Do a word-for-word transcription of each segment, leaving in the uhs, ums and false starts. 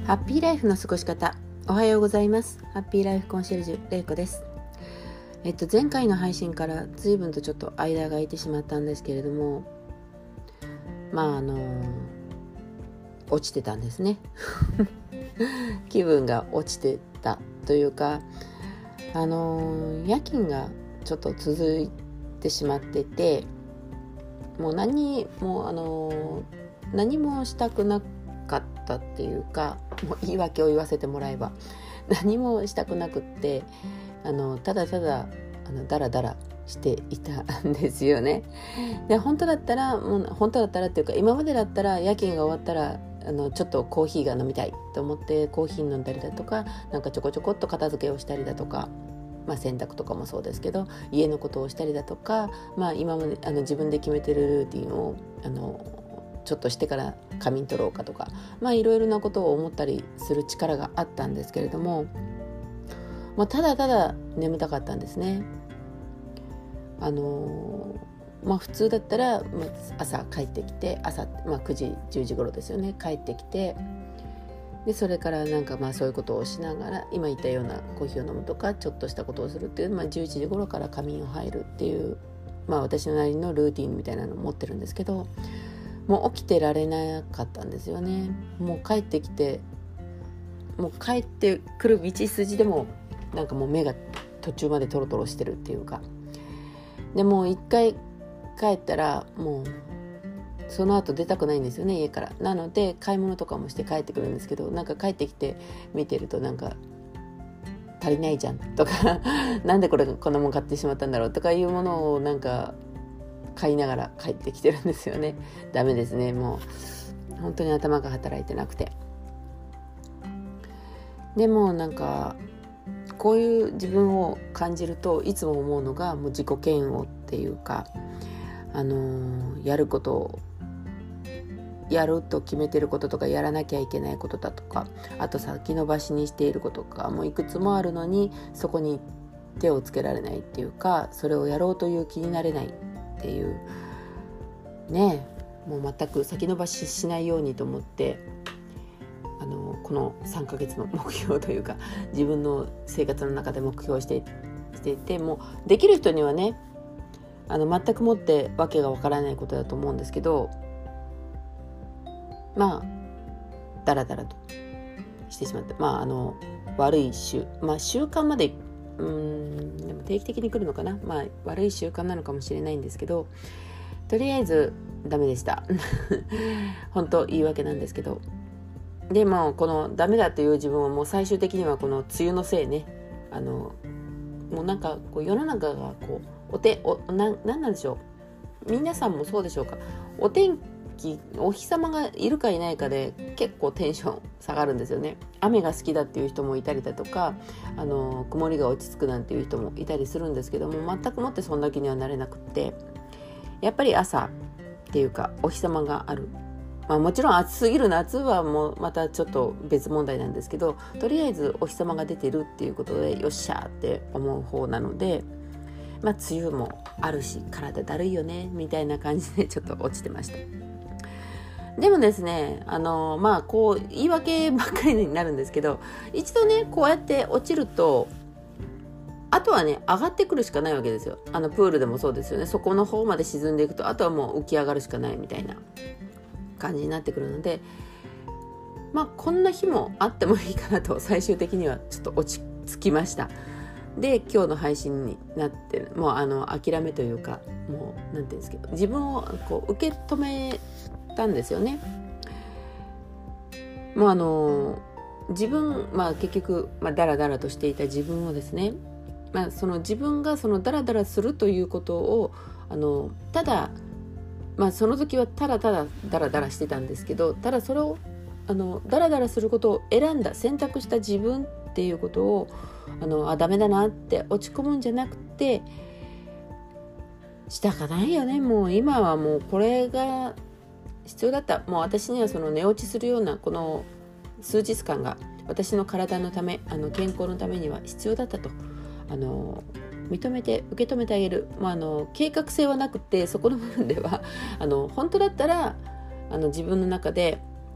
ハッピーライフの過ごし方。おはようございます。ハッピーライフコンシェルジュれいこです。えっと前回の配信から随分とちょっと間が空いてしまったんですけれども、まああの落ちてたんですね気分が落ちてたというか、あの夜勤がちょっと続いてしまってて、もう何もあの何もしたくなかったっていうか、もう言い訳を言わせてもらえば何もしたくなくって、あのただただあのダラダラしていたんですよね。で本当だったらもう本当だったらっていうか今までだったら夜勤が終わったらあのちょっとコーヒーが飲みたいと思ってコーヒー飲んだりだとか、なんかちょこちょこっと片付けをしたりだとか、まあ、洗濯とかもそうですけど家のことをしたりだとか、まあ、今まであの自分で決めてるルーティンをあのちょっとしてから仮眠取ろうかとか、まあいろいろなことを思ったりする力があったんですけれども、まあ、ただただ眠たかったんですね。あのまあ普通だったら朝帰ってきて朝、まあ、くじじゅうじ頃ですよね、帰ってきて、でそれからなんかまあそういうことをしながら今言ったようなコーヒーを飲むとかちょっとしたことをするっていう、まあ、じゅういちじ頃から仮眠を入るっていう、まあ私のなりのルーティンみたいなのを持ってるんですけど、もう起きてられなかったんですよね。もう帰ってきてもう帰ってくる道筋でもなんかもう目が途中までトロトロしてるっていうか、でもう一回帰ったらもうその後出たくないんですよね、家から。なので買い物とかもして帰ってくるんですけど、なんか帰ってきて見てるとなんか足りないじゃんとかなんでこれこんなもん買ってしまったんだろうとかいうものをなんか買いながら帰ってきてるんですよね。ダメですね、もう本当に頭が働いてなくて。でもなんかこういう自分を感じるといつも思うのが、もう自己嫌悪っていうか、あのー、やることをやると決めてることとかやらなきゃいけないことだとか、あと先延ばしにしていることがもういくつもあるのにそこに手をつけられないっていうか、それをやろうという気になれないっていうね。もう全く先延ばししないようにと思って、あのこのさんかげつの目標というか自分の生活の中で目標してしていて、もうできる人にはねあの全くもってわけがわからないことだと思うんですけど、まあだらだらとしてしまって、まああの悪い習、まあ習慣までうーんでも定期的に来るのかな、まあ悪い習慣なのかもしれないんですけど、とりあえずダメでした本当言い訳なんですけど、でもこのダメだという自分はもう最終的にはこの梅雨のせいね、あのもうなんかこう世の中がこうおておななんなんでしょう、皆さんもそうでしょうか、お天気お日様がいるかいないかで結構テンション下がるんですよね。雨が好きだっていう人もいたりだとか、あの曇りが落ち着くなんていう人もいたりするんですけども、全くもってそんな気にはなれなくって、やっぱり朝っていうかお日様がある、まあ、もちろん暑すぎる夏はもうまたちょっと別問題なんですけど、とりあえずお日様が出てるっていうことでよっしゃーって思う方なので、まあ梅雨もあるし体だるいよねみたいな感じでちょっと落ちてました。でもですね、あのまあこう言い訳ばっかりになるんですけど、一度ねこうやって落ちるとあとはね上がってくるしかないわけですよ。あのプールでもそうですよね。そこの方まで沈んでいくとあとはもう浮き上がるしかないみたいな感じになってくるので、まあこんな日もあってもいいかなと最終的にはちょっと落ち着きました。で今日の配信になってる、もうあの諦めというか、もうなんていうんですけど、自分をこう受け止めたんですよね。もうあの自分、まあ結局、まあ、ダラダラとしていた自分をですね、まあ、その自分がそのダラダラするということをあのただまあその時はただただダラダラしてたんですけど、ただそれをあのダラダラすることを選んだ選択した自分っていうことをあのあダメだなって落ち込むんじゃなくて、したかないよね、もう今はもうこれが必要だった、もう私にはその寝落ちするようなこの数日間が私の体のため、あの健康のためには必要だったとあの認めて受け止めてあげる、まあ、あの計画性はなくてそこの部分ではあの本当だったらあの自分の中で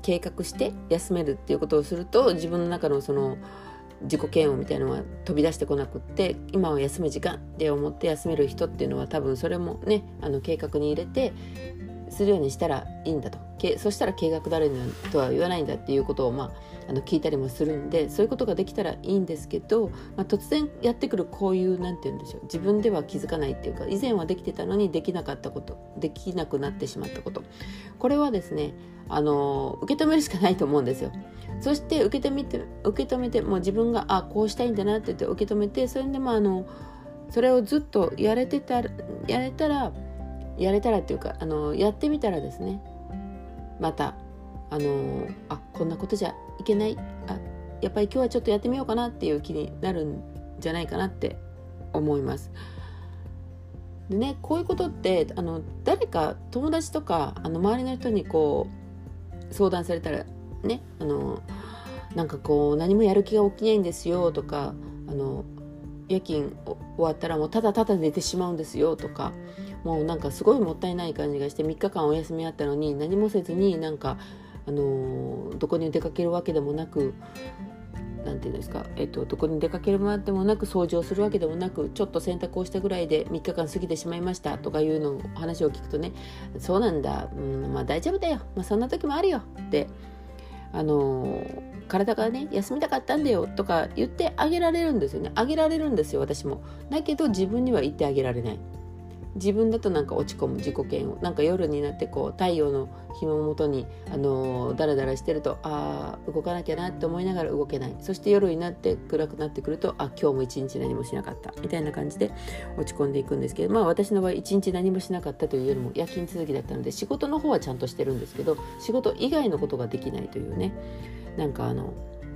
計画して休めるっていうことをすると、自分の中のその自己嫌悪みたいなのは飛び出してこなくって、今は休む時間って思って休める人っていうのは、多分それもね、あの計画に入れてするようにしたらいいんだと。そしたら計画だれとは言わないんだっていうことを、まあ、あの聞いたりもするんで、そういうことができたらいいんですけど、まあ、突然やってくるこういうなんて言うんでしょう、自分では気づかないっていうか、以前はできてたのにできなかったこと、できなくなってしまったこと、これはですね、あの受け止めるしかないと思うんですよ。そして受け止めて受け止めてもう自分があこうしたいんだなって言って受け止めて、それでもあのそれをずっとやれてたらやれたらやれたらっていうか、あのやってみたらですね、またあのあこんなことじゃいけない、あやっぱり今日はちょっとやってみようかなっていう気になるんじゃないかなって思います。でね、こういうことってあの誰か友達とかあの周りの人にこう相談されたらね、あのなんかこう何もやる気が起きないんですよとか、あの夜勤終わったらもうただただ寝てしまうんですよとか、もうなんかすごいもったいない感じがして、みっかかんお休みあったのに何もせずに、なんかあのどこに出かけるわけでもなく、なんていうんですか、えっと、どこに出かけるわけでもなく、掃除をするわけでもなく、ちょっと洗濯をしたぐらいでみっかかん過ぎてしまいましたとかいうの話を聞くとね、そうなんだ、うん、まあ大丈夫だよ、まあ、そんな時もあるよってあの体がね休みたかったんだよとか言ってあげられるんですよね。あげられるんですよ、私も。だけど自分には言ってあげられない。自分だとなんか落ち込む、自己嫌悪、なんか夜になってこう太陽の日の下にあのダラダラしてると、あ動かなきゃなって思いながら動けない。そして夜になって暗くなってくると、あ今日も一日何もしなかったみたいな感じで落ち込んでいくんですけど、まあ私の場合一日何もしなかったというよりも夜勤続きだったので、仕事の方はちゃんとしてるんですけど、仕事以外のことができないというね、なんかあの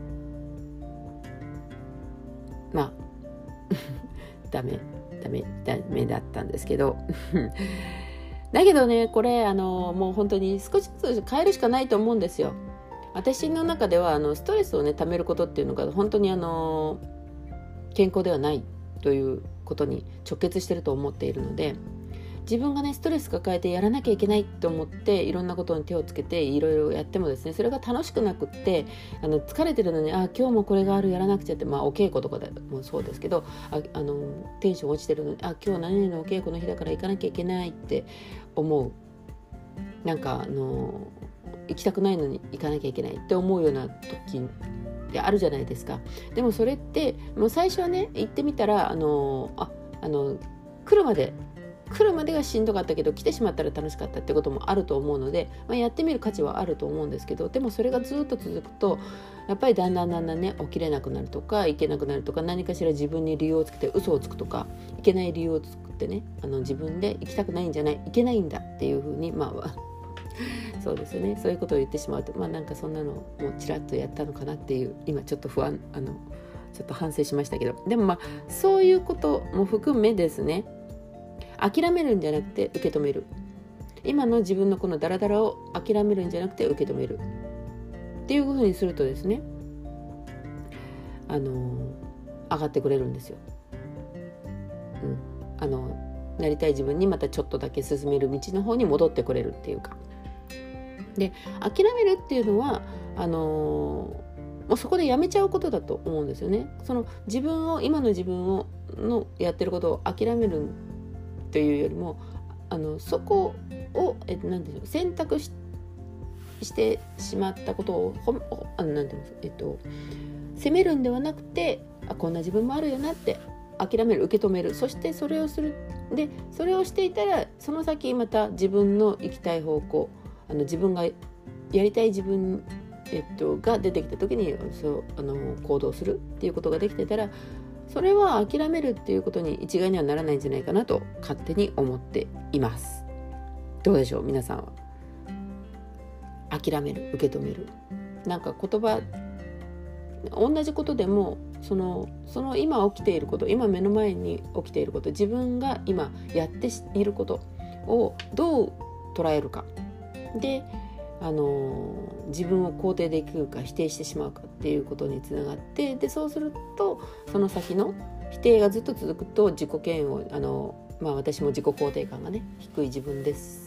まあダメダメダメだったんですけどだけどね、これあのもう本当に少しずつ変えるしかないと思うんですよ。私の中ではあのストレスをね溜めることっていうのが本当にあの健康ではないということに直結してると思っているので、自分がねストレス抱えてやらなきゃいけないと思っていろんなことに手をつけていろいろやってもですね、それが楽しくなくって、あの疲れてるのにあ今日もこれがあるやらなくちゃって、まあお稽古とかでもそうですけど、ああのテンション落ちてるのにあ今日何々のお稽古の日だから行かなきゃいけないって思う、なんかあの行きたくないのに行かなきゃいけないって思うような時であるじゃないですか。でもそれってもう最初はね行ってみたらあのああの来るまで来るまでがしんどかったけど来てしまったら楽しかったってこともあると思うので、まあ、やってみる価値はあると思うんですけど、でもそれがずっと続くとやっぱりだんだんだんだんね起きれなくなるとか行けなくなるとか、何かしら自分に理由をつけて嘘をつくとか、いけない理由を作ってね、あの自分で行きたくないんじゃない、行けないんだっていうふうにまあそうですよね、そういうことを言ってしまうと、まあなんかそんなのもうちらっとやったのかなっていう、今ちょっと不安あのちょっと反省しましたけど、でもまあそういうことも含めですね、諦めるんじゃなくて受け止める、今の自分のこのダラダラを諦めるんじゃなくて受け止めるっていうふうにするとですね、あの上がってくれるんですよ、うん、あのなりたい自分にまたちょっとだけ進める道の方に戻ってくれるっていうか。で諦めるっていうのはあのもうそこでやめちゃうことだと思うんですよね。その自分を今の自分をのやってることを諦めるというよりも、あのそこをえなんていうの選択 し, してしまったことをほあのなんていうんですか、えっと責めるんではなくて、あこんな自分もあるよなって諦める、受け止める、そしてそれをする。でそれをしていたらその先また自分の行きたい方向、あの自分がやりたい自分、えっと、が出てきた時にそうあの行動するっていうことができてたら、それは諦めるっていうことに一概にはならないんじゃないかなと勝手に思っています。どうでしょう皆さんは。諦める、受け止める、なんか言葉同じことでもそのその今起きていること、今目の前に起きていること、自分が今やっていることをどう捉えるかで、あの自分を肯定できるか否定してしまうかっていうことにつながって、でそうするとその先の否定がずっと続くと自己嫌悪、あの、まあ、私も自己肯定感がね低い自分です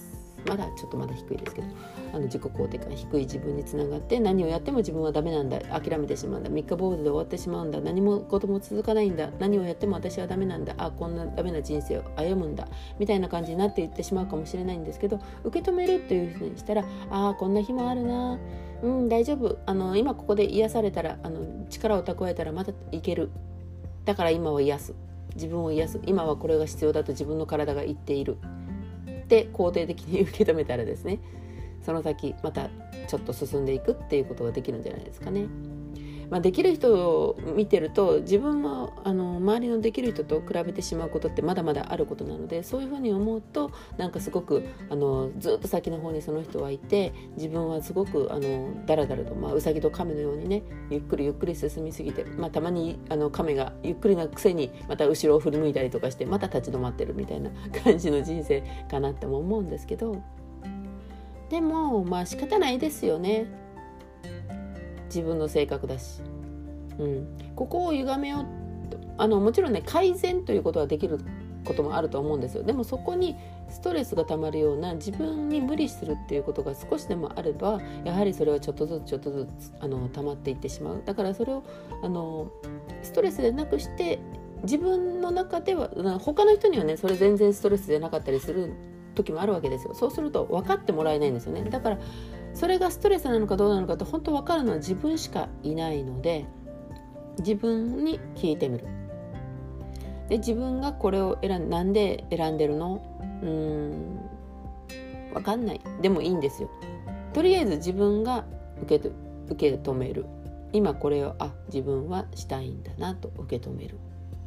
まだちょっとまだ低いですけど、あの自己肯定感低い自分につながって、何をやっても自分はダメなんだ、諦めてしまうんだ、三日坊主で終わってしまうんだ、何もことも続かないんだ、何をやっても私はダメなんだ、あこんなダメな人生を歩むんだみたいな感じになっていってしまうかもしれないんですけど、受け止めるというふうにしたら、あこんな日もあるな、うん大丈夫、あの今ここで癒されたら、あの力を蓄えたらまたいける、だから今は癒す、自分を癒す、今はこれが必要だと自分の体が言っているって肯定的に受け止めたらですね、その先またちょっと進んでいくっていうことができるんじゃないですかね。まあ、できる人を見てると、自分はあの周りのできる人と比べてしまうことってまだまだあることなので、そういうふうに思うと、なんかすごくあのずっと先の方にその人はいて、自分はすごくあのだらだらと、まあ、うさぎと亀のようにね、ゆっくりゆっくり進みすぎて、まあ、たまにあの亀がゆっくりなくせにまた後ろを振り向いたりとかして、また立ち止まってるみたいな感じの人生かなっても思うんですけど、でもまあ仕方ないですよね。自分の性格だし、うん、ここを歪めようと、あのもちろんね改善ということはできることもあると思うんですよ。でもそこにストレスがたまるような、自分に無理するっていうことが少しでもあれば、やはりそれはちょっとずつちょっとずつあの溜まっていってしまう。だからそれをあのストレスでなくして、自分の中では、他の人にはねそれ全然ストレスじゃなかったりする時もあるわけですよ。そうすると分かってもらえないんですよね。だからそれがストレスなのかどうなのかって本当分かるのは自分しかいないので、自分に聞いてみる。で自分がこれを選んなんで選んでるの、うーん分かんないでもいいんですよ。とりあえず自分が受けと受け止める。今これをあ自分はしたいんだなと受け止める、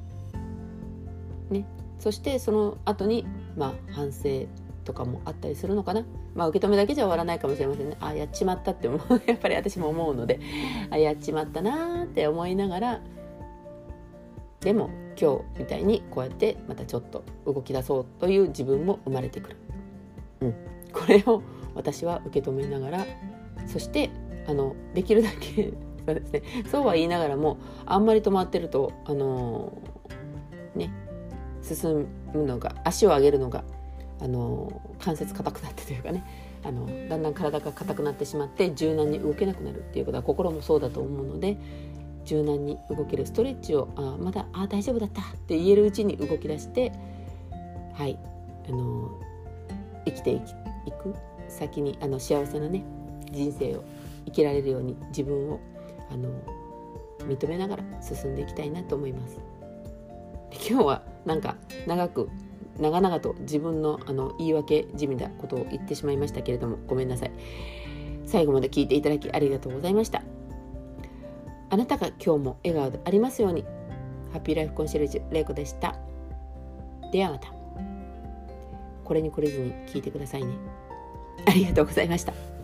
ね、そしてその後にまあ反省とかもあったりするのかな。まあ受け止めだけじゃ終わらないかもしれませんね。あやっちまったって思うやっぱり私も思うので、あやっちまったなって思いながら、でも今日みたいにこうやってまたちょっと動き出そうという自分も生まれてくる、うん、これを私は受け止めながら、そしてあのできるだけそうですね、そうは言いながらもあんまり止まってるとあのー、ね進むのが、足を上げるのがあの関節硬くなってというかね、あのだんだん体が硬くなってしまって柔軟に動けなくなるっていうことは心もそうだと思うので、柔軟に動けるストレッチをあまだあ大丈夫だったって言えるうちに動き出して、はいあの生きていく先にあの幸せなね人生を生きられるように自分をあの認めながら進んでいきたいなと思います。で今日はなんか長く長々と自分のあの言い訳じみなことを言ってしまいましたけれども、ごめんなさい。最後まで聞いていただきありがとうございました。あなたが今日も笑顔でありますように。ハッピーライフコンシェルジュれいこでした。ではまた。これに懲りずに聞いてくださいね。ありがとうございました。